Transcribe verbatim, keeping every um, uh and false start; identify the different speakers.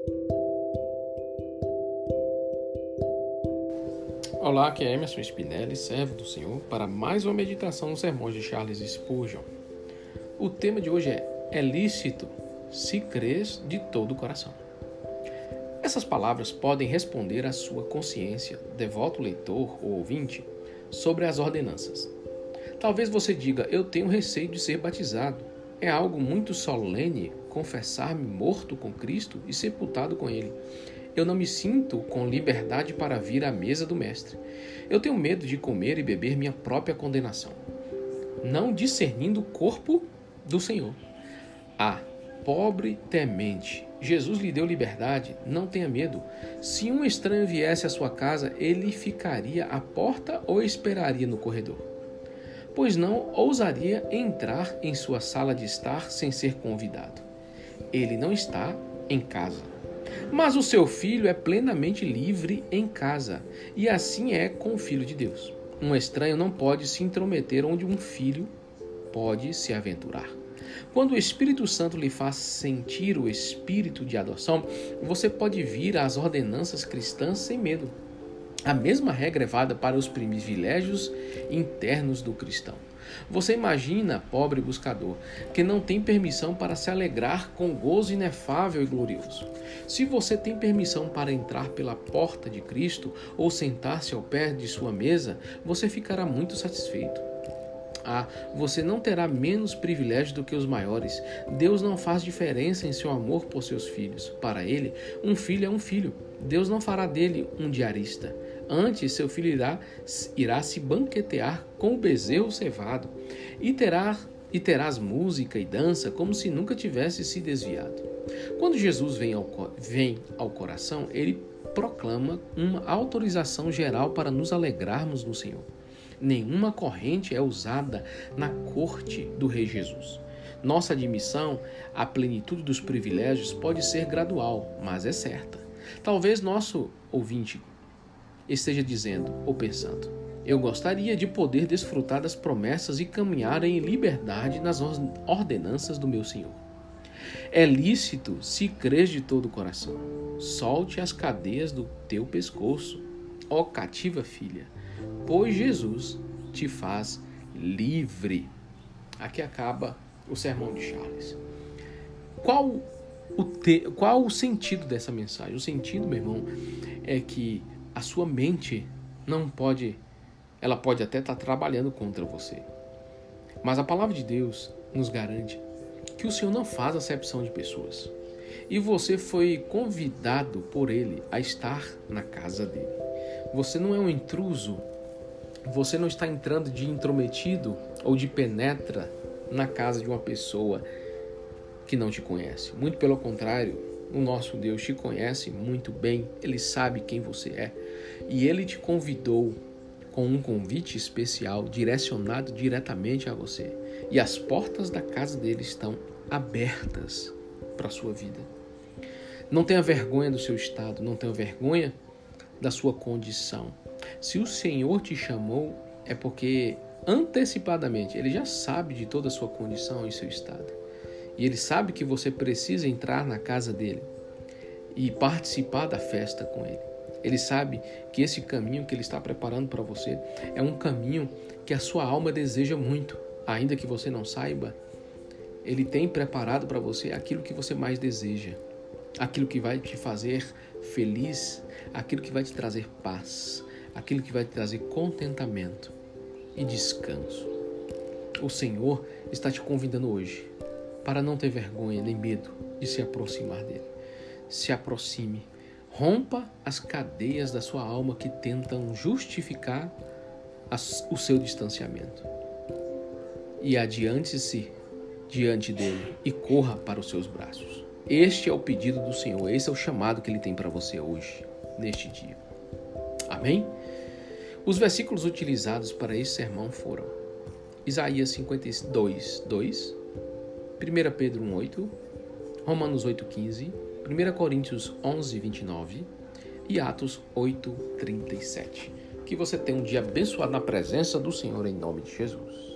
Speaker 1: Olá, aqui é Emerson Spinelli, servo do Senhor, para mais uma meditação nos sermões de Charles Spurgeon. O tema de hoje é: é lícito se crês de todo o coração. Essas palavras podem responder à sua consciência, devoto leitor ou ouvinte, sobre as ordenanças. Talvez você diga: eu tenho receio de ser batizado. É algo muito solene confessar-me morto com Cristo e sepultado com Ele. Eu não me sinto com liberdade para vir à mesa do Mestre. Eu tenho medo de comer e beber minha própria condenação, não discernindo o corpo do Senhor. Ah, pobre temente! Jesus lhe deu liberdade, não tenha medo. Se um estranho viesse à sua casa, ele ficaria à porta ou esperaria no corredor? Pois não ousaria entrar em sua sala de estar sem ser convidado. Ele não está em casa. Mas o seu filho é plenamente livre em casa, e assim é com o Filho de Deus. Um estranho não pode se intrometer onde um filho pode se aventurar. Quando o Espírito Santo lhe faz sentir o espírito de adoção, você pode vir às ordenanças cristãs sem medo. A mesma regra é válida para os privilégios internos do cristão. Você imagina, pobre buscador, que não tem permissão para se alegrar com gozo inefável e glorioso. Se você tem permissão para entrar pela porta de Cristo ou sentar-se ao pé de sua mesa, você ficará muito satisfeito. Ah, você não terá menos privilégio do que os maiores. Deus não faz diferença em seu amor por seus filhos. Para ele, um filho é um filho. Deus não fará dele um diarista. Antes, seu filho irá, irá se banquetear com o bezerro cevado e, terá, e terás música e dança como se nunca tivesse se desviado. Quando Jesus vem ao, vem ao coração, ele proclama uma autorização geral para nos alegrarmos no Senhor. Nenhuma corrente é usada na corte do Rei Jesus. Nossa admissão à plenitude dos privilégios pode ser gradual, mas é certa. Talvez nosso ouvinte esteja dizendo ou pensando: eu gostaria de poder desfrutar das promessas e caminhar em liberdade nas ordenanças do meu Senhor. É lícito se crês de todo o coração. Solte as cadeias do teu pescoço, ó cativa filha, pois Jesus te faz livre. Aqui acaba o sermão de Charles. Qual o, te... Qual o sentido dessa mensagem? O sentido, meu irmão, é que a sua mente não pode, ela pode até estar trabalhando contra você. Mas a palavra de Deus nos garante que o Senhor não faz acepção de pessoas. E você foi convidado por Ele a estar na casa dele. Você não é um intruso. Você não está entrando de intrometido ou de penetra na casa de uma pessoa que não te conhece. Muito pelo contrário, o nosso Deus te conhece muito bem. Ele sabe quem você é. E Ele te convidou com um convite especial direcionado diretamente a você. E as portas da casa dele estão abertas para a sua vida. Não tenha vergonha do seu estado. Não tenha vergonha da sua condição. Se o Senhor te chamou, é porque antecipadamente Ele já sabe de toda a sua condição e seu estado. E Ele sabe que você precisa entrar na casa dele e participar da festa com Ele. Ele sabe que esse caminho que Ele está preparando para você é um caminho que a sua alma deseja muito. Ainda que você não saiba, Ele tem preparado para você aquilo que você mais deseja. Aquilo que vai te fazer feliz, aquilo que vai te trazer paz, aquilo que vai te trazer contentamento e descanso. O Senhor está te convidando hoje para não ter vergonha nem medo de se aproximar dele. Se aproxime, rompa as cadeias da sua alma que tentam justificar as, o seu distanciamento. E adiante-se diante dele e corra para os seus braços. Este é o pedido do Senhor, esse é o chamado que Ele tem para você hoje, neste dia. Amém? Os versículos utilizados para esse sermão foram Isaías cinquenta e dois, dois, primeira Pedro um, oito, Romanos oito, quinze, primeira Coríntios onze, vinte e nove e Atos oito, trinta e sete. Que você tenha um dia abençoado na presença do Senhor em nome de Jesus.